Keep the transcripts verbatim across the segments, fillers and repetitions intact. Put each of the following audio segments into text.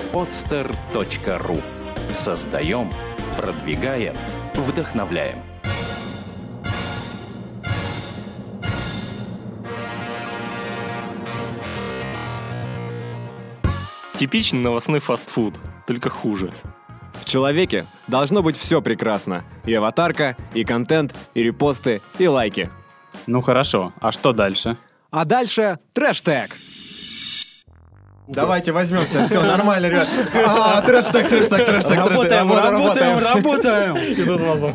подстер точка ру. Создаем, продвигаем, вдохновляем. Типичный новостной фастфуд, только хуже. В человеке должно быть все прекрасно. И аватарка, и контент, и репосты, и лайки. Ну хорошо, а что дальше? А дальше трэш-тег. Давайте возьмемся, все нормально, ребят. А, трэш-тег, трэш-тег, трэш-тег. Работаем, работаем, работаем. Идут глазом.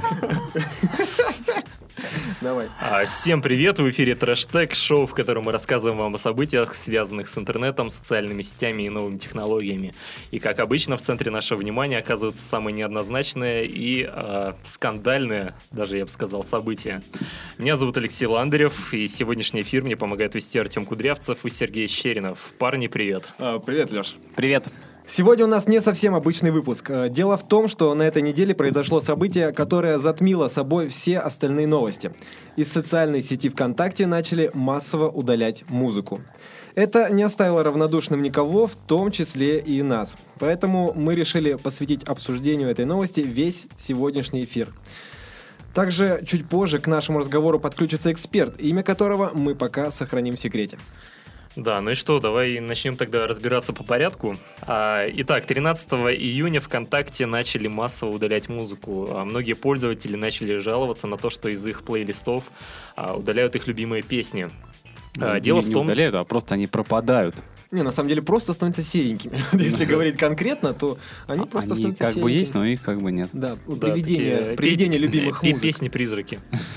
Давай. А, Всем привет, в эфире Трэш-тег, шоу, в котором мы рассказываем вам о событиях, связанных с интернетом, социальными сетями и новыми технологиями. И, как обычно, в центре нашего внимания оказываются самые неоднозначные и э, скандальные, даже я бы сказал, события. Меня зовут Алексей Ландарев, и сегодняшний эфир мне помогает вести Артем Кудрявцев и Сергей Щеринов. Парни, привет. А, привет, Леш. Привет. Сегодня у нас не совсем обычный выпуск. Дело в том, что на этой неделе произошло событие, которое затмило собой все остальные новости. Из социальной сети ВКонтакте начали массово удалять музыку. Это не оставило равнодушным никого, в том числе и нас. Поэтому мы решили посвятить обсуждению этой новости весь сегодняшний эфир. Также чуть позже к нашему разговору подключится эксперт, имя которого мы пока сохраним в секрете. Да, ну и что, давай начнем тогда разбираться по порядку. А, итак, тринадцатого июня ВКонтакте начали массово удалять музыку. А многие пользователи начали жаловаться на то, что из их плейлистов а, удаляют их любимые песни. А, дело не, в том... не удаляют, а просто они пропадают. Не, на самом деле просто становятся серенькими. Если говорить конкретно, то они просто Они становятся как серенькими. бы есть, но их как бы нет. Да, Да, привидение, такие привидение пе- любимых пе- музык. Песни-призраки.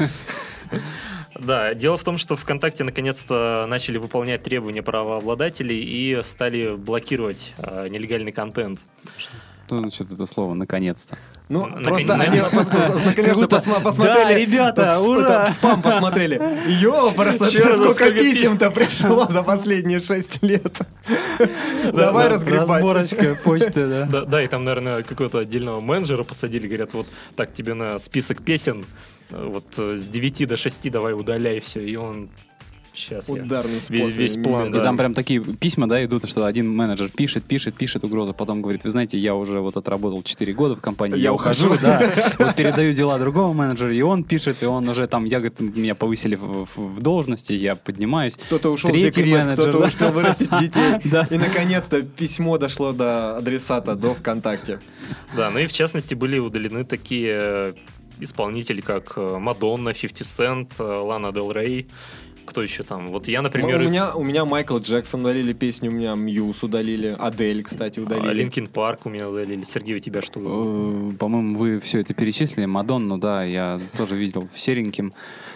Да, дело в том, что ВКонтакте наконец-то начали выполнять требования правообладателей и стали блокировать э, нелегальный контент. Что значит это слово «наконец-то»? Ну, Наконец- просто они пос- пос- наконец-то посма- посмотрели... Да, ребята, в- ура! в спам посмотрели. Ёпарасы, Чё, ну сколько сколько писем-то пришло за последние шесть лет. Давай да, разгребать. Разборочка почты, да. Да, да, и там, наверное, какого-то отдельного менеджера посадили, говорят, вот так тебе на список песен, э, вот э, с девяти до шести давай удаляй все, и он сейчас я Ударный способ. весь, весь план. И да. там прям такие письма, да, идут, что один менеджер пишет, пишет, пишет угрозу, потом говорит, вы знаете, я уже вот отработал четыре года в компании, Я я, ухожу. ухожу, да, вот передаю дела другому менеджеру, и он пишет, и он уже там, я, говорит, меня повысили в, в- в должности, я поднимаюсь. Кто-то ушел в Третий декрет, менеджер, кто-то да. успел вырастить детей. Да. И, наконец-то, письмо дошло до адресата, до ВКонтакте. Да, ну и в частности были удалены такие э, исполнители, как э, Мадонна, фифти Cent, э, Лана Дель Рей. Кто еще там? Вот я, например, у, из... меня, у меня Майкл Джексон удалили песню, у меня Мьюз удалили, Адель, кстати, удалили. Линкин Парк у меня удалили. Сергей, у тебя что? Э, По-моему, вы все это перечислили. Мадонну, да, я тоже видел сереньким.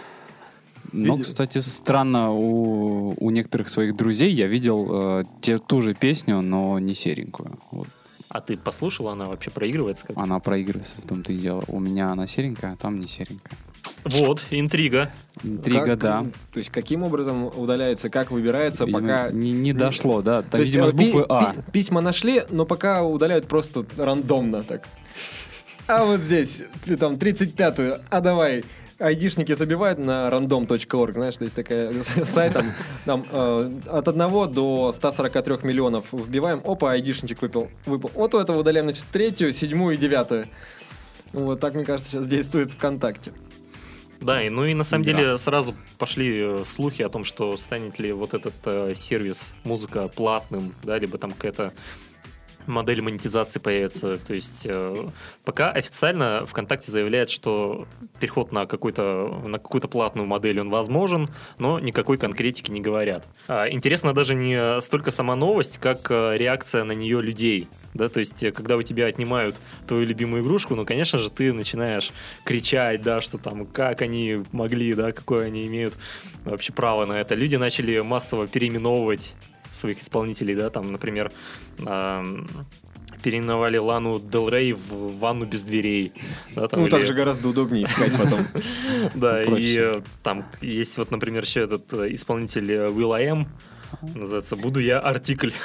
Но, Видел? кстати, странно, у, у некоторых своих друзей я видел э, те, ту же песню, но не серенькую. Вот. А ты послушал, она вообще проигрывается как-то? Она проигрывается, в том-то и дело. У меня она серенькая, а там не серенькая. Вот, интрига. Интрига, Как- да. То есть, каким образом удаляется, как выбирается, Видимо, пока... не, не дошло, да. Там, То есть, видимо, с э, пи- буквы А. пи- письма нашли, но пока удаляют просто рандомно так. А вот здесь, э, там, тридцать пятую, а давай... Айдишники забивают на рандом точка орг, знаешь, есть такая сайт, там, там э, от одного до ста сорока трёх миллионов вбиваем, опа, айдишничек выпал, выпал. Вот у этого удаляем, значит, третью, седьмую и девятую. Вот так, мне кажется, сейчас действует ВКонтакте. Да, и, ну и на самом Да. деле сразу пошли э, слухи о том, что станет ли вот этот э, сервис музыка платным, да, либо там какая-то модель монетизации появится. То есть э, пока официально ВКонтакте заявляет, что переход на, какой-то, на какую-то платную модель он возможен, но никакой конкретики не говорят. А, интересно даже не столько сама новость, как э, реакция на нее людей. Да, то есть, э, когда у тебя отнимают твою любимую игрушку, ну, конечно же, ты начинаешь кричать, да, что там, как они могли, да, какое они имеют вообще право на это. Люди начали массово переименовывать своих исполнителей, да, там, например, эм, переименовали Лану Дель Рей в Ванну без дверей. Да, там, Ну, или- так же гораздо удобнее искать потом. Да, и проще. э, там есть вот, например, еще этот э, исполнитель э, Will I Am, называется «Буду я артикль».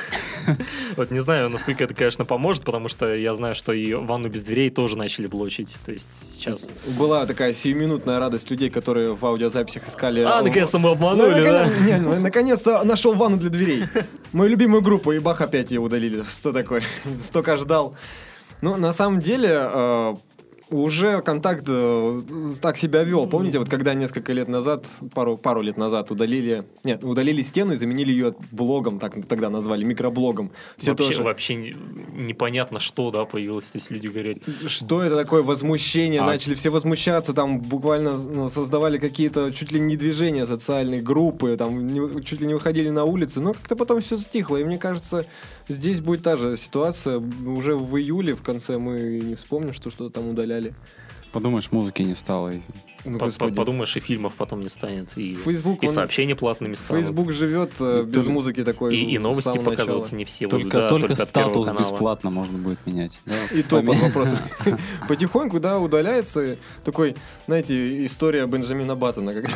Вот не знаю, насколько это, конечно, поможет, потому что я знаю, что и ванну без дверей тоже начали блочить. То есть сейчас... Была такая сиюминутная радость людей, которые в аудиозаписях искали... А, наконец-то мы обманули, Ну, да? наконец- не, ну, наконец-то нашел ванну для дверей. Мою любимую группу, и бах, опять ее удалили. Что такое? Столько ждал. Ну, на самом деле... э, уже контакт э, так себя вел. Помните, вот когда несколько лет назад, пару, пару лет назад удалили, нет, удалили стену и заменили ее блогом, так тогда назвали, микроблогом. Все вообще, тоже. вообще не- непонятно, что, да, появилось. То есть люди говорят, Что это такое возмущение? А. Начали все возмущаться, там буквально ну, создавали какие-то чуть ли не движения, социальные группы, там не- чуть ли не выходили на улицы, но как-то потом все стихло. И мне кажется, здесь будет та же ситуация. Уже в июле, в конце, мы не вспомним, что что-то там удаляли. Подумаешь, музыки не стало. и- Ну, по- господи. по- подумаешь, и фильмов потом не станет, и, Фейсбук, и он- сообщения платными станут. Фейсбук живет э, без Только- музыки такой. И, и с новости самого показываться начала. не все Только, будут, да, только от Первого статус канала. бесплатно можно будет менять. да. И то под Поме- вопросом. Потихоньку, да, удаляется. Такой, знаете, история Бенджамина Баттона. как-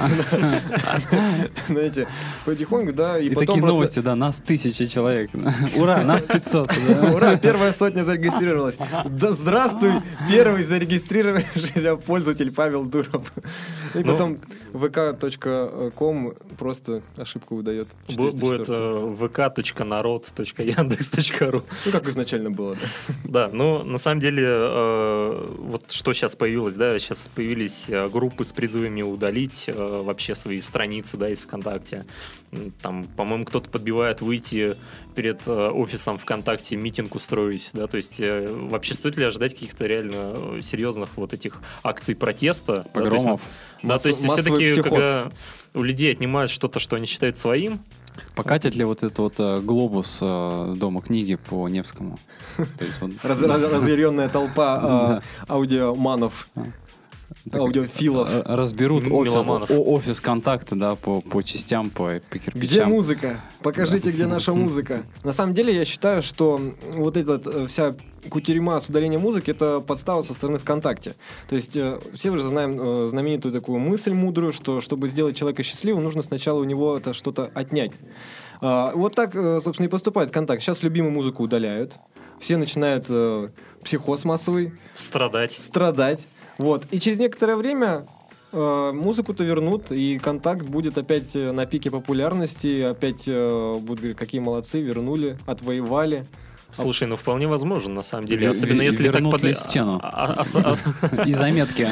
Знаете, потихоньку, да, и И потом такие просто- новости, да, нас тысяча человек. Ура, нас пятьсот. да. Ура, первая сотня зарегистрировалась. Да здравствуй, первый зарегистрировавшийся пользователь Павел Дуров. И Ну. потом вэ ка точка ком просто ошибку выдает. Бу- Будет четыреста четыре. э, вэ ка точка народ точка яндекс точка ру. Ну, как изначально было, да. Да, ну, на самом деле, э, вот что сейчас появилось, да, сейчас появились э, группы с призывами удалить э, вообще свои страницы, да, из ВКонтакте. М, Там, по-моему, кто-то подбивает выйти перед э, офисом ВКонтакте митинг устроить, да, то есть э, вообще стоит ли ожидать каких-то реально э, серьезных вот этих акций протеста? Да, то есть, Погромов. Да, то есть Массовый все-таки, психоз. когда у людей отнимают что-то, что они считают своим, Покатит ли вот этот вот э, глобус э, с дома книги по Невскому? То есть вот- Раз- раз- Разъяренная толпа а, аудиоманов, Так, аудиофилов. э, разберут М, офис, меломанов. о- офис контакта, да, по, по частям, по, по кирпичам. Где музыка? Покажите, где наша музыка. На самом деле, я считаю, что вот эта э, вся кутерьма с удалением музыки — это подстава со стороны ВКонтакте. То есть э, все уже знаем э, знаменитую такую мысль мудрую, что чтобы сделать человека счастливым, нужно сначала у него это что-то отнять. А, вот так, э, собственно, и поступает ВКонтакте. Сейчас любимую музыку удаляют. Все начинают э, психоз массовый, страдать. страдать. Вот. И через некоторое время э, музыку-то вернут, и контакт будет опять э, на пике популярности, опять э, будут говорить, какие молодцы, вернули, отвоевали. Слушай, ну вполне возможно, на самом деле, Вер- особенно вер- если так вернут под- ли стену? а- а- а- а- И заметки.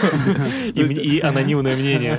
И м- и анонимное мнение.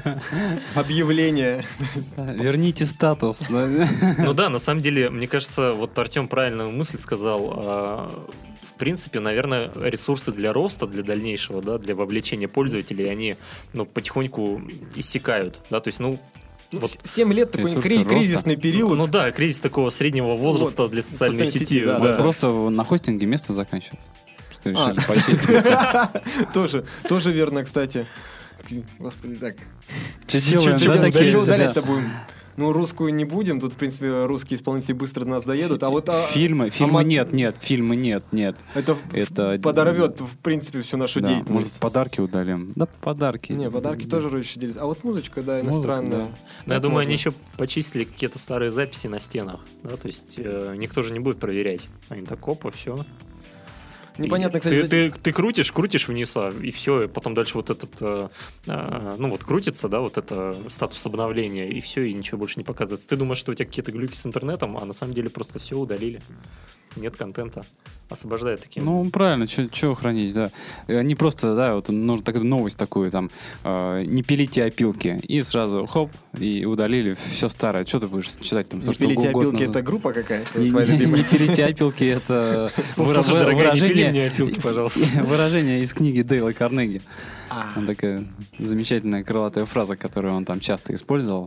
Объявление. Верните статус. да. Ну да, на самом деле, мне кажется, вот Артем правильную мысль сказал. а, В принципе, наверное, ресурсы для роста, для дальнейшего, да, для вовлечения пользователей, они, ну, потихоньку иссякают, да, то есть, ну, вот, Семь лет такой Ресурсы кри- роста. кризисный период. ну да, кризис такого среднего возраста Вот, для социальной социальной сети. сети, да, да. Может, просто на хостинге место заканчивается? Что А. решили почистить? Тоже, тоже верно, кстати. Такие, Господи, так. Что Чё- делаем? чё да, удалять- такие, чё да. удалять-то будем? Ну, русскую не будем. Тут, в принципе, русские исполнители быстро до нас доедут. А вот... а, Фильмы, фильмы ама- нет, нет, фильмы нет, нет. Это, Это- подорвет, в принципе, всю нашу Да, деятельность. может, подарки удалим? Да, подарки. Не, подарки Да. тоже еще делят. А вот музычка, да, Музыка, иностранная. да. Но я Вот думаю, можно. они еще почистили какие-то старые записи на стенах, да, то есть э, никто же не будет проверять. Они так, опа, все. Непонятно, И кстати, Ты, ты, ты крутишь, крутишь вниз, а, и все, и потом дальше вот этот, э, э, ну вот крутится, да, вот это статус обновления, и все, и ничего больше не показывается. Ты думаешь, что у тебя какие-то глюки с интернетом, а на самом деле просто все удалили. Нет контента. Освобождает таким. Ну, правильно, что хранить, да. Э, Они просто, да, вот нужно так, новость такую, там, э, не пилите опилки, и сразу, хоп, и удалили все старое. Что ты будешь читать там? Не всё, что пилите год опилки, назад? это группа какая-то? Не, твоя не- любимая? не пилите опилки, это выра- Слушай, дорогая, не пили выражение, мне опилки, пожалуйста. выражение из книги Дейла Карнеги. А, Там такая замечательная крылатая фраза, которую он там часто использовал.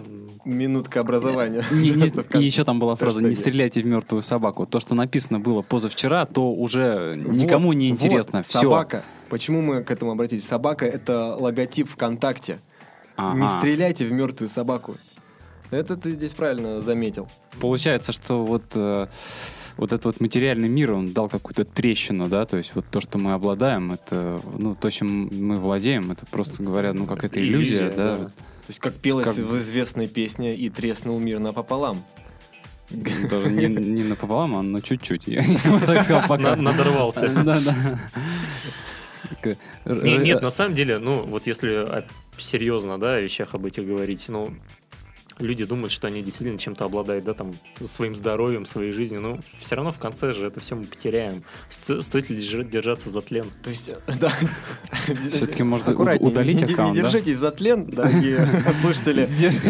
минутка образования. Не- не- Просто в кон- и еще там была фраза «Не хэштеге. стреляйте в мертвую собаку». То, что написано было позавчера, то уже Вот, никому не вот, интересно. Все. Собака. Почему мы к этому обратились? Собака — это логотип ВКонтакте. Не стреляйте в мертвую собаку. Это ты здесь правильно заметил. Получается, что вот, э, вот этот вот материальный мир, он дал какую-то трещину, да, то есть вот то, что мы обладаем, это, ну, то, чем мы владеем, это, просто говоря, ну, какая-то иллюзия, Иллюзия, да. да. То есть, как пелось Как- в известной песне «И треснул мир напополам». Даже не, не напополам, а на чуть-чуть. Я бы так сказал, пока. Надорвался. Да, да. Не, нет, на самом деле, ну, вот если серьезно, да, о вещах об этих говорить, ну, люди думают, что они действительно чем-то обладают, да, там, своим здоровьем, своей жизнью, но все равно в конце же это все мы потеряем. Сто, стоит ли держаться за тлен? То есть, да. Все-таки можно удалить не, аккаунт, не, не да? держитесь за тлен, дорогие слушатели.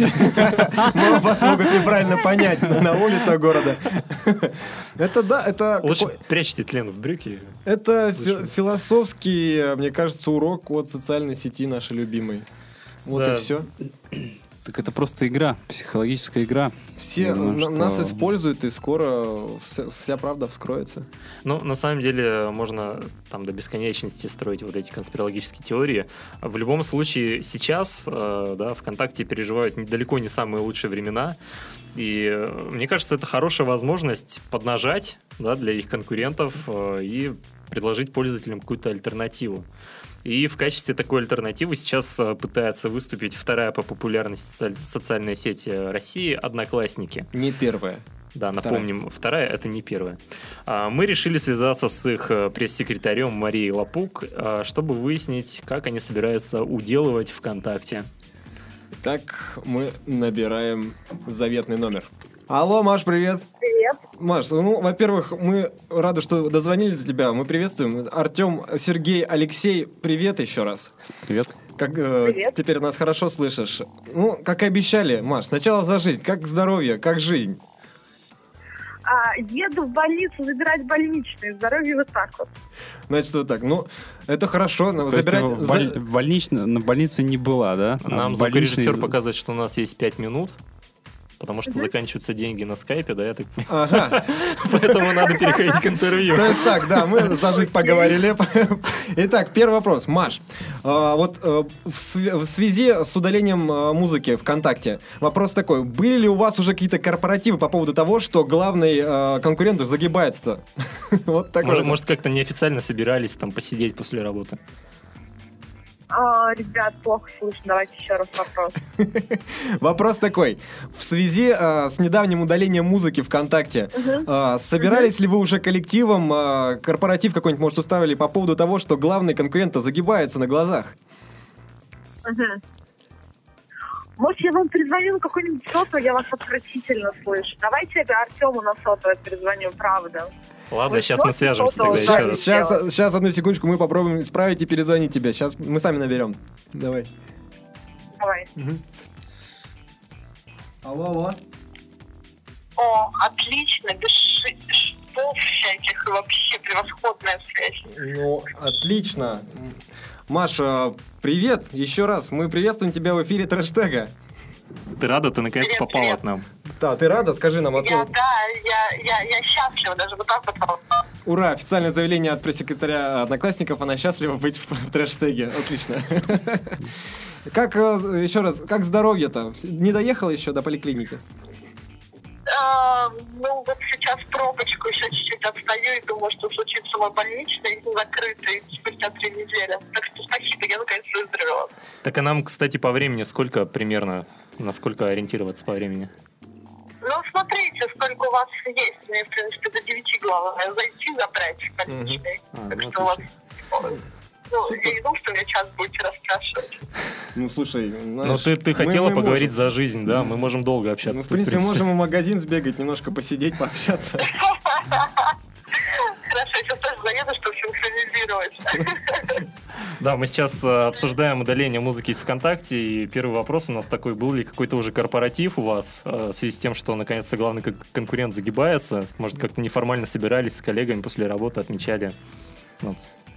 Вас могут неправильно понять на улицах города. Это да, это... Лучше прячьте тлен в брюки. Это философский, мне кажется, урок от социальной сети нашей любимой. Вот и все. Так это просто игра, психологическая игра. Все думаю, на, что... нас используют, и скоро вся, вся правда вскроется. Ну, на самом деле, можно там до бесконечности строить вот эти конспирологические теории. В любом случае, сейчас, э, да, ВКонтакте переживают далеко не самые лучшие времена. И э, мне кажется, это хорошая возможность поднажать, да, для их конкурентов э, и предложить пользователям какую-то альтернативу. И в качестве такой альтернативы сейчас пытается выступить вторая по популярности социальная сеть России «Одноклассники». Не первая. Да, напомним, вторая, вторая это не первая. Мы решили связаться с их пресс-секретарем Марией Лапук, чтобы выяснить, как они собираются уделывать ВКонтакте. Так, мы набираем заветный номер. Алло, Маш, привет. Привет. Маш, ну, во-первых, мы рады, что дозвонились до тебя. Мы приветствуем. Артем, Сергей, Алексей, привет еще раз. Привет. Как, э, Привет. Теперь нас хорошо слышишь. Ну, как и обещали, Маш, сначала за жизнь. Как здоровье, как жизнь? А, еду в больницу забирать больничные. Здоровье вот так вот. Значит, вот так. Ну, это хорошо. То Забирать... есть в боль... в больнич... на больнице не была, да? Нам а звукорежиссер больничный... показывает, что у нас есть пять минут. Потому что заканчиваются деньги на скайпе, да, я так... Ага. Поэтому надо переходить к интервью. То есть так, да, мы за жизнь поговорили. Итак, первый вопрос. Маш, вот в связи с удалением музыки ВКонтакте, вопрос такой. Были ли у вас уже какие-то корпоративы по поводу того, что главный конкурент загибается? Вот такой. Может, как-то неофициально собирались там посидеть после работы? А, ребят, плохо слышно. Давайте еще раз вопрос. Вопрос такой. В связи э, с недавним удалением музыки ВКонтакте, э, собирались ли вы уже коллективом, э, корпоратив какой-нибудь, может, устраивали по поводу того, что главный конкурент загибается на глазах? Угу. Может, я вам перезвоню на какой-нибудь сотовый, я вас отвратительно слышу. Давайте я Артему на сотовый перезвоню, правда. Ладно, Вы сейчас мы просто свяжемся тогда сотовый еще раз. Сейчас, сейчас, одну секундочку, мы попробуем исправить и перезвонить тебе. Сейчас мы сами наберем. Давай. Давай. Угу. Алло, алло. О, отлично, без шипов всяких, и вообще превосходная связь. Ну, отлично. Маша, привет еще раз. Мы приветствуем тебя в эфире Трэш-тега. Ты рада? Ты наконец Привет, попала привет. к нам. Да, ты рада? Скажи нам. А Я, то... да, я, я, я счастлива, даже вот так вот. Ура, официальное заявление от пресс-секретаря Одноклассников. Она счастлива быть в, в трэш-теге. Отлично. Как, еще раз, как здоровье-то? Не доехала еще до поликлиники? А, ну, вот сейчас пробочку еще чуть-чуть отстаю и думаю, что случится мой больничный, закрытый спустя три недели. Так что спасибо, я наконец выздоровела. Так а нам, кстати, по времени сколько примерно, насколько ориентироваться по времени? Ну, смотрите, сколько у вас есть. Мне, в принципе, до девяти главное зайти, забрать больничный. А, Так ну, что у вас... отлично. Ну, я не думаю, что меня час будете расспрашивать. Ну, слушай, знаешь, Ну, ты, ты мы- хотела мы поговорить можем. за жизнь, да? Мы можем долго общаться. Ну, в тут, принципе, можем в магазин сбегать, немножко посидеть, пообщаться. Хорошо, я сейчас тоже заеду, чтобы синхронизировать. Да, мы сейчас э, обсуждаем удаление музыки из ВКонтакте, и первый вопрос у нас такой, был ли какой-то уже корпоратив у вас э, в связи с тем, что наконец-то главный кон- конкурент загибается? Может, как-то неформально собирались с коллегами после работы, отмечали? Вот.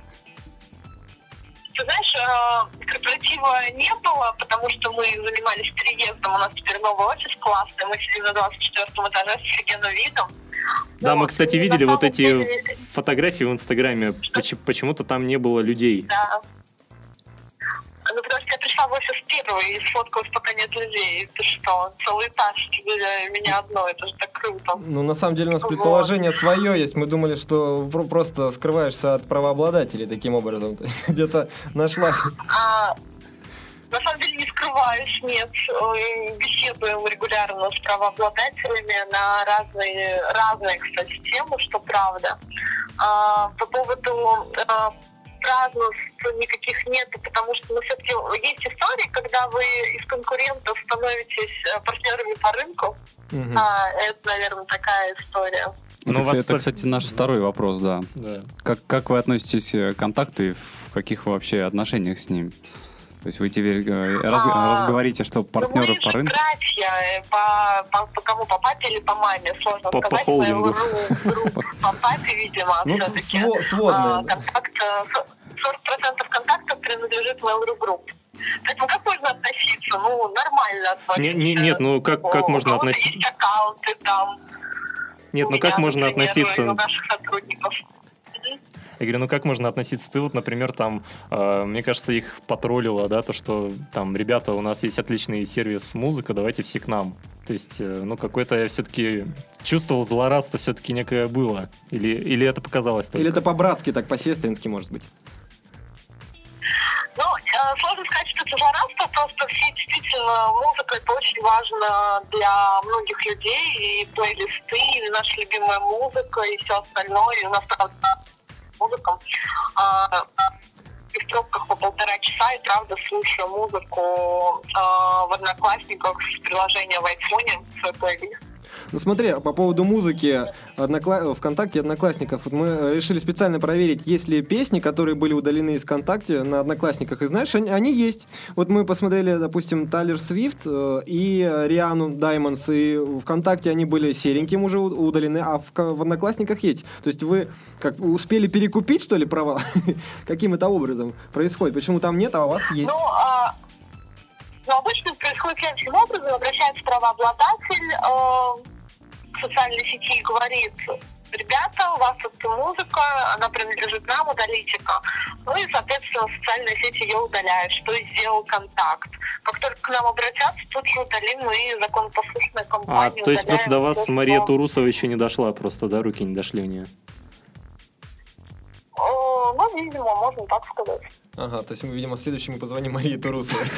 Ты знаешь, э, корпоратива не было, потому что мы занимались переездом, у нас теперь новый офис классный, мы сидим на двадцать четвёртом этаже с офигенным видом. Да, Вот, мы, кстати, и на видели вот самом эти деле- фотографии в Инстаграме. Поч- почему-то там не было людей. Да. Ну, потому что я пришла в офис первой и сфоткалась, пока нет людей. Ты что, целый этаж, тебе, меня одно, это же так круто. Ну, на самом деле у нас Вот. предположение свое есть. Мы думали, что про- просто скрываешься от правообладателей таким образом. То есть где-то нашла... А, На самом деле не скрываюсь, нет. Э, Беседуем регулярно с правообладателями на разные, разные, кстати, темы, что правда. А, по поводу а, празднеств никаких нет, потому что ну, все-таки есть истории, когда вы из конкурентов становитесь партнерами по рынку. Мгм. А, это, наверное, такая история. Это, Ну, у вас кстати, это, так- кстати, наш второй вопрос, да. Да. Как, как вы относитесь к «Контакту» и в каких вы вообще отношениях с ним? То есть вы теперь э, раз, А, раз говорите, что партнеры ну, мы по же рынку... братья, э, по, по, по кому, по папе или по маме, сложно По- по сказать. холдингу. Мы ру- ру- по папе, видимо, Ну, все-таки. сво- сводные. Контакт, э, сорок процентов контактов принадлежит Mail.ru Group. Поэтому как можно относиться? Ну, нормально относиться. Не- не- нет, ну, как- как У можно кого-то относи- есть аккаунты там. Нет, у ну как меня, можно например, относиться... и у наших сотрудников. Мгм. Я говорю, ну как можно относиться? Ты вот, например, там, э, мне кажется, их потроллило, да, то, что там, ребята, у нас есть отличный сервис музыка, давайте все к нам. То есть, э, ну, какой-то я все-таки чувствовал злорадство все-таки некое было. Или, или это показалось только? Или это по-братски, так по-сестрински, может быть? Ну, э, сложно сказать, что это злорадство, просто все действительно музыка это очень важно для многих людей, и плейлисты, и наша любимая музыка, и все остальное, и у нас правда музыка. А, и в пробках по полтора часа, и правда слушаю музыку а, в Одноклассниках с приложения в айфоне, свой плейлист. Ну смотри, по поводу музыки Однокла... ВКонтакте, Одноклассников, вот мы решили специально проверить, есть ли песни, которые были удалены из ВКонтакте на Одноклассниках, и знаешь, они, они есть. Вот мы посмотрели, допустим, Тайлер Свифт э, и Риану Даймондс, и ВКонтакте они были сереньким уже у- удалены, а в, в Одноклассниках есть. То есть вы как успели перекупить, что ли, права? Каким это образом происходит? Почему там нет, а у вас есть? Ну, а, ну, обычно происходит следующим образом. Обращается правообладатель э, к социальной сети и говорит: ребята, у вас тут музыка, она принадлежит нам, удалите-ка. Ну и, соответственно, социальная сеть ее удаляет, что и сделал «Контакт». Как только к нам обратятся, тут же удалим, мы законопослушная А, компания. то есть удаляем просто до вас всё, Мария что- Турусова еще не дошла просто, да, руки не дошли у нее? Э, Ну, видимо, можно так сказать. Ага, то есть мы, видимо, следующий мы позвоним Марии Турусовой.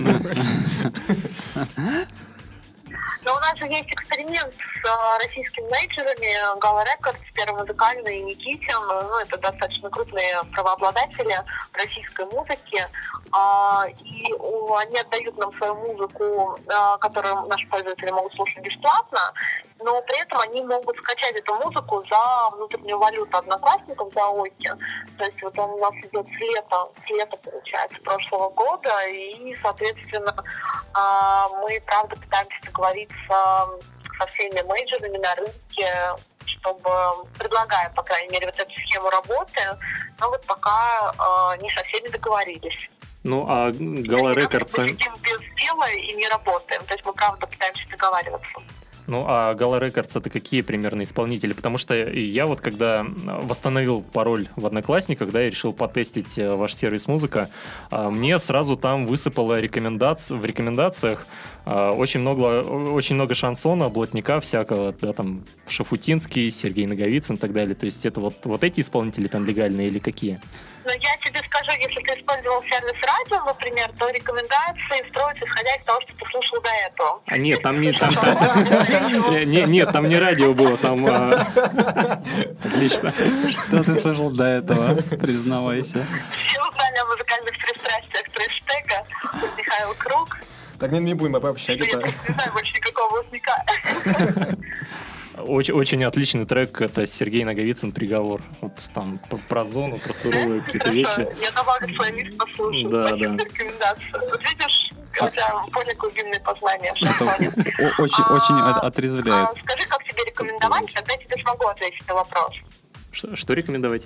Но у нас же есть эксперимент с э, российскими мейджорами, Gala Records, Первый музыкальный и Никитин. Ну, это достаточно крупные правообладатели российской музыки. А, и у- они отдают нам свою музыку, а, которую наши пользователи могут слушать бесплатно, но при этом они могут скачать эту музыку за внутреннюю валюту Одноклассников, за ОКИ. То есть вот он у нас идет с лета, с лета, получается, прошлого года, и, соответственно, а, мы, правда, пытаемся договориться со всеми мейджорами на рынке, чтобы, предлагая, по крайней мере, вот эту схему работы, но вот пока а, не со всеми договорились. Ну, а Gala Records... Мы сидим без дела и не работаем, то есть мы, правда, пытаемся договариваться. Ну, а Gala Records это какие примерно исполнители? Потому что я вот когда восстановил пароль в Одноклассниках, да, и решил потестить э, ваш сервис музыка, а, мне сразу там высыпало рекомендаци... в рекомендациях а, очень много, очень много шансона, блатника всякого, да, там Шафутинский, Сергей Наговицын и так далее. То есть это вот, вот эти исполнители там легальные или какие? Но я тебе скажу, если ты использовал сервис радио, например, то рекомендации строятся исходя из того, что ты слушал до этого. А нет, там не... Там, там- Не- Нет, там не радио было, там... а, Отлично. Что ты слышал до этого? Признавайся. Все узнали о музыкальных пристрастиях трэш-тега. Вот Михаил Круг. Так, не, не будем обобщать Что я это. просто не знаю больше никакого выпускника. Очень, очень отлительный трек, это Сергей Наговицын «Приговор». Вот там п- про зону, про суровые какие-то вещи. Я добавлю в плейлист, послушаю. Да, Спасибо да. за рекомендацию. Вот видишь, у тебя более глубинные познания в Это шансоне. о- очень, очень А, от- отрезвляет. а Скажи, как тебе рекомендовать, тогда я тебе смогу ответить на вопрос. Что, что рекомендовать?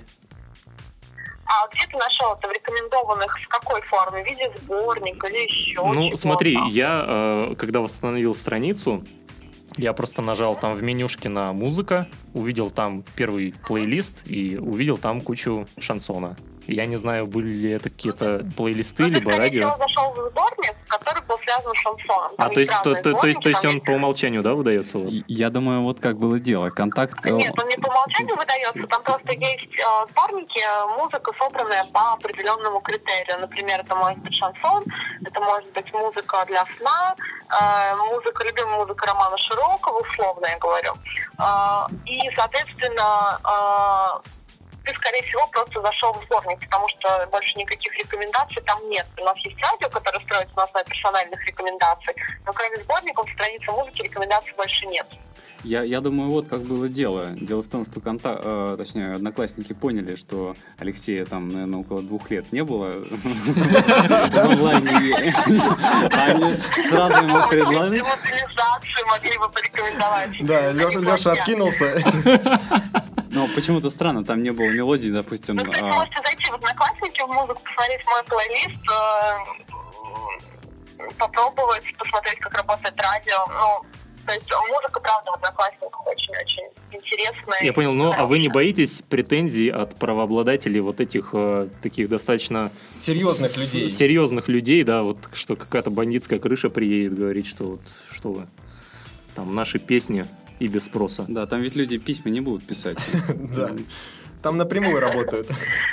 А где ты нашел это в рекомендованных, в какой форме? В виде сборника или еще Ну, чего-то? смотри, я, э, когда восстановил страницу, я просто нажал там в менюшке на «Музыка», увидел там первый плейлист и увидел там кучу шансона. Я не знаю, были ли это какие-то плейлисты, Ну, ты, либо скорее радио. всего, зашел в сборник, который был связан с шансоном. А, Там то есть, то, разные то, то есть, то есть сборники, он там по умолчанию, да, выдается у вас? Я думаю, вот как было дело. Контакт... э, Нет, он не по умолчанию выдается, там просто есть э, сборники, э, музыка, собранная по определенному критерию. Например, это может быть шансон, это может быть музыка для сна, э, музыка, любимая музыка Романа Широкого, условно я говорю. Э, и, соответственно, э, ты, скорее всего, просто зашел в сборник, потому что больше никаких рекомендаций там нет. У нас есть радио, которое строится на основе персональных рекомендаций, но кроме сборников, страницы музыки, рекомендаций больше нет. Я, я думаю, вот как было дело. Дело в том, что конта... э, точнее, одноклассники поняли, что Алексея там, наверное, около двух лет не было в онлайне. Они сразу ему предложили. Мобилизацию могли бы порекомендовать. Да, Леша, Леша откинулся. Но почему-то странно, там не было мелодии, допустим. Вы, кстати, а, можете зайти в Одноклассники, в музыку, посмотреть мой плейлист, э, попробовать, посмотреть, как работает радио. Ну, то есть музыка, правда, в Одноклассниках очень-очень интересная. Я понял, ну а вы не хорошая. боитесь претензий от правообладателей вот этих э, таких достаточно Серьезных с- людей. серьезных людей, да, вот что какая-то бандитская крыша приедет говорить, что вот что вы там наши песни и без спроса. Да, там ведь люди письма не будут писать. Да. Там напрямую работают.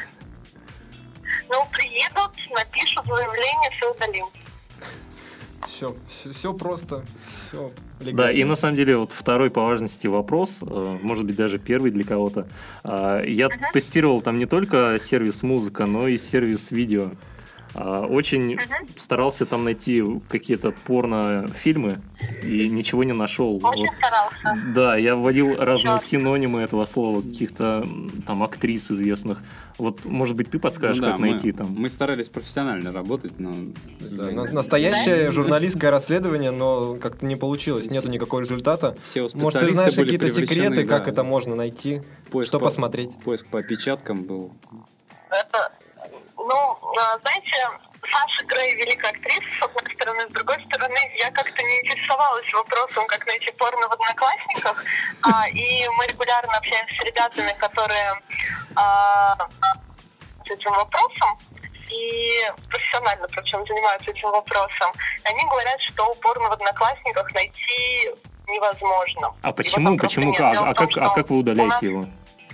Ну, приедут, напишут заявление, все удалим. Все, все просто, все Да, и на самом деле вот второй по важности вопрос, э, может быть даже первый для кого-то. А, Я Мгм. тестировал там не только сервис музыка, но и сервис видео. А, Очень Мгм. старался там найти какие-то порно-фильмы и ничего не нашел. Очень Вот. старался. Да, я вводил разные Чёрт. синонимы этого слова, каких-то м, там актрис известных. Вот, может быть, ты подскажешь, Ну да, как мы- найти там? Мы старались профессионально работать, но... Да, на- настоящее журналистское расследование, но как-то не получилось, нету никакого результата. Может, ты SEO-специалисты знаешь были какие-то привлечены, секреты, как да. это можно найти, Поиск что по- посмотреть? Поиск по опечаткам был. Это, ну, а, знаете, Саша Грей великая актриса, с одной стороны, с другой стороны, я как-то не интересовалась вопросом, как найти порно в Одноклассниках, а, и мы регулярно общаемся с ребятами, которые а, с этим вопросом, и профессионально, причем, занимаются этим вопросом. И они говорят, что порно в Одноклассниках найти невозможно. А Его почему? там просто Почему? нет. А, Дело а в том, как, а что как вы у нас, удаляете его?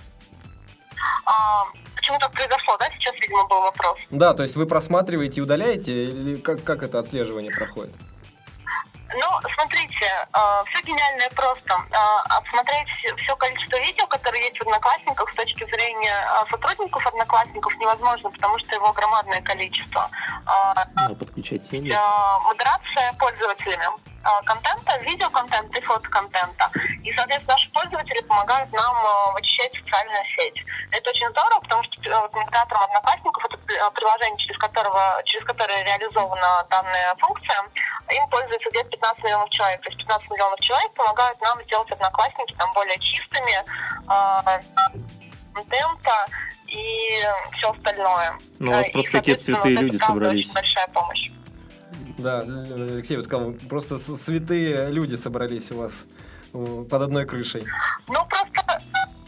а, почему так произошло, да? Сейчас, видимо, был вопрос. Да, то есть вы просматриваете и удаляете, или как, как это отслеживание проходит? Ну, смотрите, все гениальное просто. Э, Отсмотреть все количество видео, которые есть в Одноклассниках, с точки зрения э, сотрудников Одноклассников невозможно, потому что его громадное количество. Э, Надо подключать семьи. э, Модерация пользователями э, контента, видеоконтента и фотоконтента. И, соответственно, наши пользователи помогают нам э, вычищать социальную сеть. Это очень здорово, потому что э, вот модератором Одноклассников, это э, приложение, через, которого, через которое реализована данная функция, им пользуется где-то пятнадцать миллионов человек. То есть пятнадцать миллионов человек помогают нам сделать Одноклассники там более чистыми, э, контента и все остальное. Ну, у вас Э, и, просто какие-то соответственно, святые вот это, люди правда, собрались. очень большая помощь. Да, Алексей вот сказал, просто с- святые люди собрались у вас э, под одной крышей. Ну, просто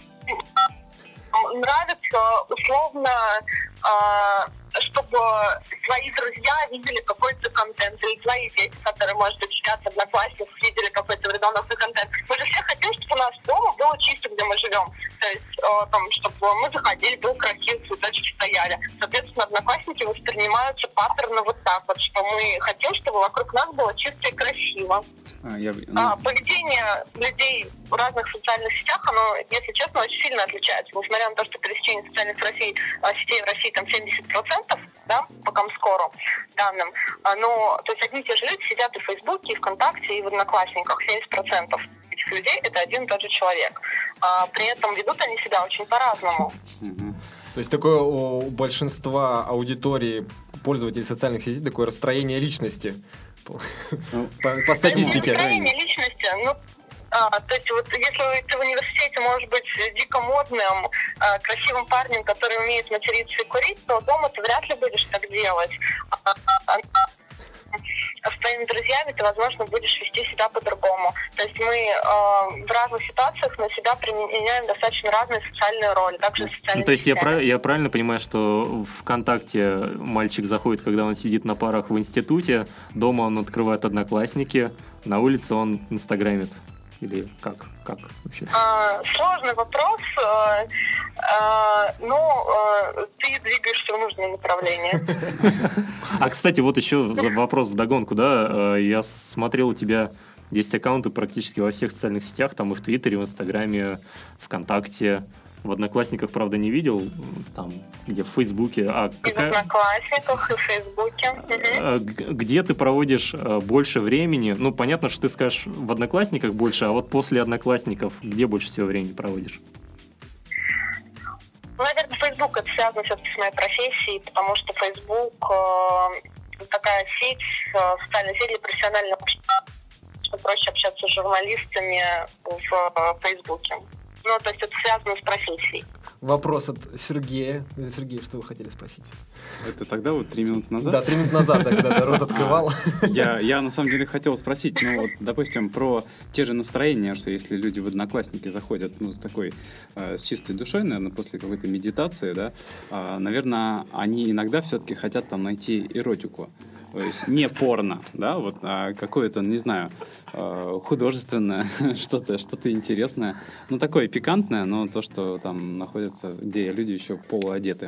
нравится условно, э, чтобы твои друзья видели какой-то контент, или твои дети, которые, может быть, сидят в Одноклассниках, видели какой-то вредоносный контент. Мы же все хотим, чтобы у нас дома было чисто, где мы живем. То есть, э, там, чтобы мы заходили, был красивый, цветочки стояли. Соответственно, Одноклассники воспринимаются паттерны вот так вот, что мы хотим, чтобы вокруг нас было чисто и красиво. А, я, ну, А, поведение людей в разных социальных сетях, оно, если честно, очень сильно отличается. Несмотря на то, что пересечение социальных России, а, сетей в России там семьдесят процентов, да, по Комскору данным, а, но, то есть одни и те же люди сидят и в Фейсбуке, и ВКонтакте, и в Одноклассниках. семьдесят процентов этих людей — это один и тот же человек. А, при этом ведут они себя очень по-разному. мгм. То есть такое у большинства аудитории пользователей социальных сетей такое расстроение личности. По, Ну, по- по статистике. Настроение личности, ну, а, то есть вот если ты в университете можешь быть дико модным, а, красивым парнем, который умеет материться и курить, то дома ты вряд ли будешь так делать. А, а, с твоими друзьями ты, возможно, будешь вести себя по-другому. То есть мы э, в разных ситуациях на себя применяем достаточно разные социальные роли, также социальные Ну, то есть я, сети. прав, я правильно понимаю, что в ВКонтакте мальчик заходит, когда он сидит на парах в институте, дома он открывает Одноклассники, на улице он инстаграмит? Или как? Как вообще? А, сложный вопрос, а, а, но а, ты двигаешься в нужном направлении. А, кстати, вот еще за вопрос вдогонку, да, я смотрел, у тебя есть аккаунты практически во всех социальных сетях, там и в Твиттере, и в Инстаграме, ВКонтакте. В Одноклассниках, правда, не видел, там, где в Фейсбуке. А какая... И в Одноклассниках, и в Фейсбуке. Угу. Где ты проводишь больше времени? Ну, понятно, что ты скажешь в Одноклассниках больше, а вот после Одноклассников где больше всего времени проводишь? Ну, наверное, Фейсбук это связано все-таки с моей профессией, потому что Фейсбук э, такая сеть, э, социальная сеть для профессионального общения, что проще общаться с журналистами в э, Фейсбуке. Ну, то есть это связано с профессией. Вопрос от Сергея. Сергей, что вы хотели спросить? Это тогда вот три минуты назад? Да, три минуты назад, когда ты рот открывал. Я, я на самом деле хотел спросить, ну вот, допустим, про те же настроения, что если люди в Одноклассники заходят, ну, с такой, э, с чистой душой, наверное, после какой-то медитации, да, э, наверное, они иногда все-таки хотят там найти эротику. То есть не порно, да, вот, а какое-то, не знаю, художественное, что-то, что-то интересное. Ну, такое пикантное, но то, что там находится, где люди еще полуодеты.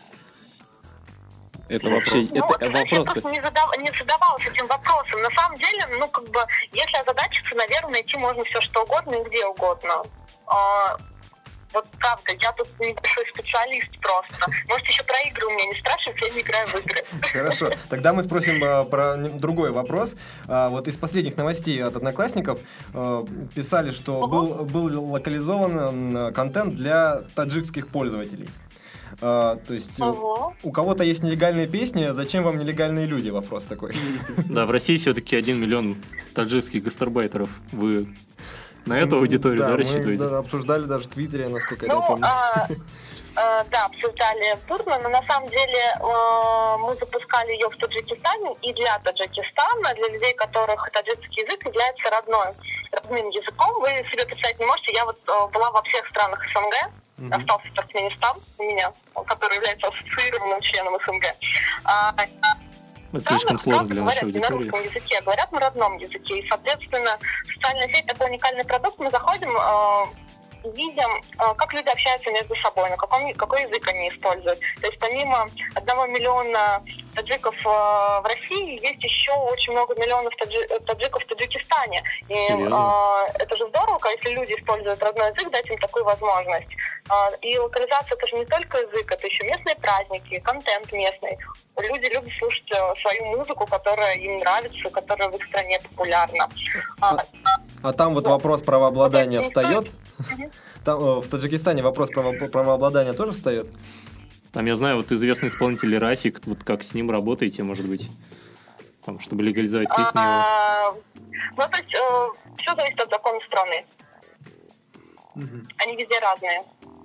Это вообще... Ну, это ты знаешь, вопрос... я просто не, задав, не задавалась этим вопросом. На самом деле, ну, как бы, если озадачиться, наверное, найти можно все что угодно и где угодно. А, вот правда, я тут небольшой специалист просто. Может, еще про игры у меня не спрашивают, я не играю в игры. Хорошо. Тогда мы спросим а, про другой вопрос. А, вот из последних новостей от Одноклассников а, писали, что uh-huh. был, был локализован контент для таджикских пользователей. А, то есть uh-huh. у, у кого-то есть нелегальные песни, зачем вам нелегальные люди? Вопрос такой. Да, в России все-таки один миллион таджикских гастарбайтеров. Вы... На эту аудиторию, да, да рассчитываете? Мы да, обсуждали даже в Твиттере, насколько ну, я помню. А, а, да, обсуждали бурно, но на самом деле а, мы запускали ее в Таджикистане и для Таджикистана, для людей, которых таджикский язык является родной, родным языком. Вы себе представить не можете, я вот а, была во всех странах СНГ, mm-hmm. остался Туркменистан у меня, который является ассоциированным членом СНГ. А, Это слишком сложно для нашей аудитории. Говорят на русском языке, говорят на родном языке. И, соответственно, социальная сеть — такой уникальный продукт. Мы заходим, э, видим, э, как люди общаются между собой, на каком, какой язык они используют. То есть помимо одного миллиона таджиков э, в России, есть еще очень много миллионов таджи, таджиков в Таджикистане. И э, это же здорово, если люди используют родной язык, дать им такую возможность. Э, и локализация — это же не только язык, это еще местные праздники, контент местный. Люди любят слушать свою музыку, которая им нравится, которая в их стране популярна. А, а там вот вопрос правообладания встает? Там, в Таджикистане вопрос право, правообладания тоже встает? Там, я знаю, вот известный исполнитель Рафик, вот как с ним работаете, может быть, там, чтобы легализовать песни его? Ну, то есть, э, все зависит от закона страны. Угу. Они везде разные.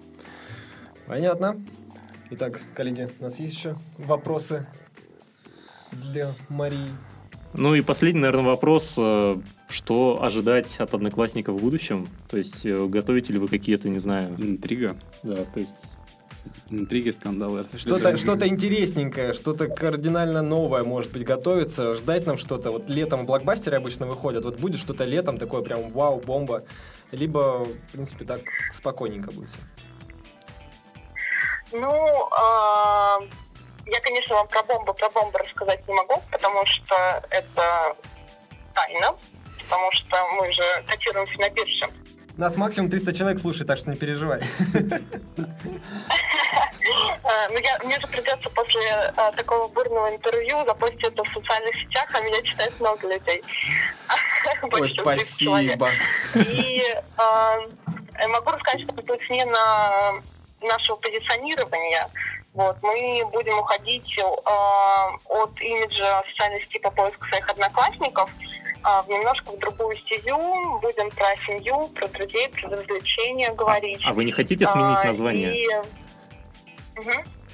Понятно. Итак, коллеги, у нас есть еще вопросы для Марии? Ну и последний, наверное, вопрос. Что ожидать от Одноклассников в будущем? То есть готовите ли вы какие-то, не знаю... Интрига. Да, то есть... Интриги, скандалы. Что-то, что-то интересненькое, что-то кардинально новое, может быть, готовится. Ждать нам что-то. Вот летом блокбастеры обычно выходят. Вот будет что-то летом такое прям вау, бомба. Либо, в принципе, так спокойненько будет все. Ну, э, я, конечно, вам про бомбу, про бомбу рассказать не могу, потому что это тайна, потому что мы же котируемся на бирже. Нас максимум триста человек слушает, так что не переживай. Мне же придется после такого бурного интервью запостить это в социальных сетях, а меня читает много людей. Ой, спасибо. И могу рассказать, что будет смена нашего позиционирования. Вот, мы будем уходить э, от имиджа социальной сети по поиску своих одноклассников э, немножко в другую стезю. Будем про семью, про друзей, про развлечения говорить. А, а вы не хотите сменить название? И... Угу.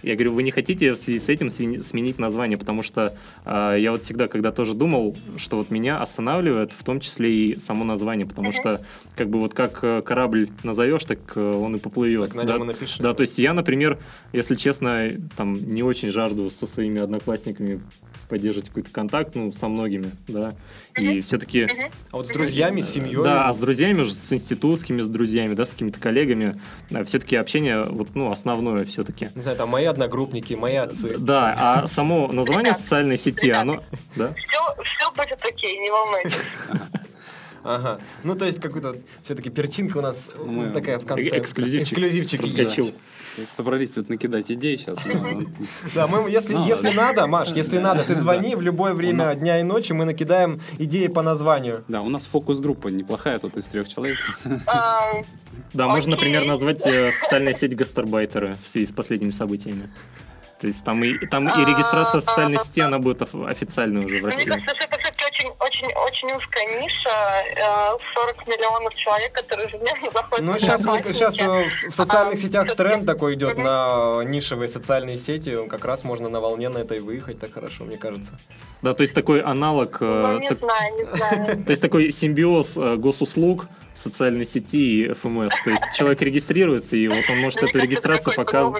Я говорю, вы не хотите в связи с этим сменить название, потому что э, я вот всегда, когда тоже думал, что вот меня останавливает в том числе и само название, потому uh-huh. что как бы вот как корабль назовешь, так он и поплывет. Так на да? нем и напиши. Да, то есть я, например, если честно, там не очень жажду со своими одноклассниками поддерживать какой-то контакт, ну, со многими, да, и все-таки... А вот с друзьями, с семьей? Да, а с друзьями, уже с институтскими, с друзьями, да, с какими-то коллегами, да, все-таки общение, вот, ну, основное все-таки. Не знаю, там, мои одногруппники, мои отцы. Да, а само название социальной сети, оно... Да? Все, все будет окей, не волнуйтесь. Ага. Ну, то есть, какой-то все-таки перчинка у нас Мы... такая в конце. Эксклюзивчик. Эксклюзивчик. Раскочил. Собрались тут накидать идей сейчас. Да, мы, если, ну, если да. надо, Маш, если надо, ты звони в любое время нас... дня и ночи, мы накидаем идеи по названию. Да, у нас фокус-группа неплохая тут из трех человек. Да, можно, например, назвать социальная сеть гастарбайтеры в связи с последними событиями. То есть там и, там и регистрация социальной сети, она будет официальной уже в России. Мне кажется, это все-таки очень, очень, очень узкая ниша. сорок миллионов человек, которые ежедневно заходят. Ну, сейчас, сейчас в социальных сетях тренд такой идет на нишевые социальные сети. Как раз можно на волне на этой выехать так хорошо, мне кажется. Да, то есть такой аналог... Ну, не знаю, не знаю. То есть такой симбиоз госуслуг, социальной сети и эф эм эс. То есть человек регистрируется, и вот он может эту регистрацию показывать.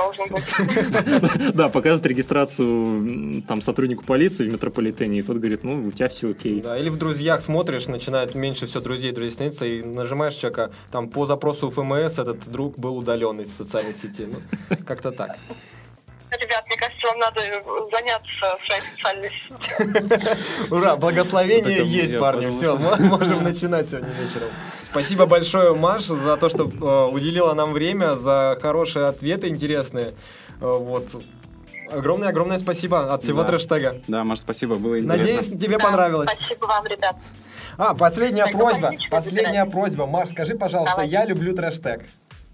Да, показывает регистрацию там сотруднику полиции в метрополитене, и тот говорит, ну, у тебя все окей. Да, или в друзьях смотришь, начинает меньше все друзей, друзей становится, и нажимаешь человека, там по запросу эф эм эс этот друг был удален из социальной сети. Ну, как-то так. Ребят, мне кажется, вам надо заняться своей социальной сетью. Ура, благословение есть, парни. Все, можем начинать сегодня вечером. Спасибо большое, Маш, за то, что э, уделила нам время, за хорошие ответы интересные. Э, вот. Огромное-огромное спасибо от всего да. трэштега. Да, Маш, спасибо, было интересно. Надеюсь, тебе Да, понравилось. Спасибо вам, ребят. А, последняя Так, просьба. отлично, Последняя выбирайте. просьба. Маш, скажи, пожалуйста, Давай. я люблю трэштег.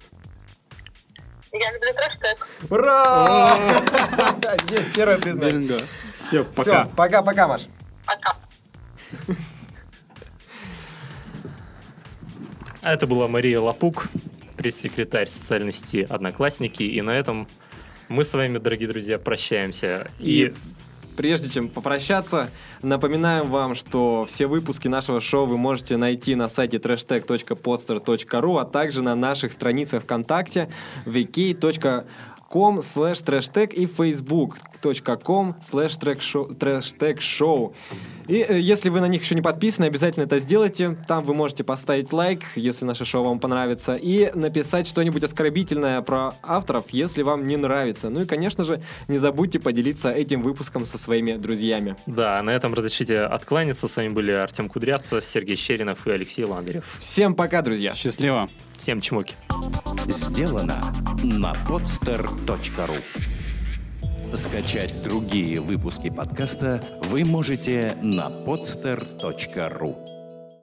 Я люблю трэштег. Ура! Есть первое признание. Бинго. Все, пока. Все, пока-пока, Маш. Пока. А это была Мария Лапук, пресс-секретарь социальной сети «Одноклассники». И на этом мы с вами, дорогие друзья, прощаемся. И прежде чем попрощаться, напоминаем вам, что все выпуски нашего шоу вы можете найти на сайте трэштег точка подстер точка ру, а также на наших страницах ВКонтакте ви кей точка ком слэш трэштег и фейсбук точка ком слэш трэштег шоу. И э, если вы на них еще не подписаны, обязательно это сделайте. Там вы можете поставить лайк, если наше шоу вам понравится, и написать что-нибудь оскорбительное про авторов, если вам не нравится. Ну и, конечно же, не забудьте поделиться этим выпуском со своими друзьями. Да, на этом разрешите откланяться. С вами были Артем Кудрявцев, Сергей Щеринов и Алексей Ландарев. Всем пока, друзья. Счастливо. Всем чмоки. Сделано на подстер точка ру. Скачать другие выпуски подкаста вы можете на подстер точка ру.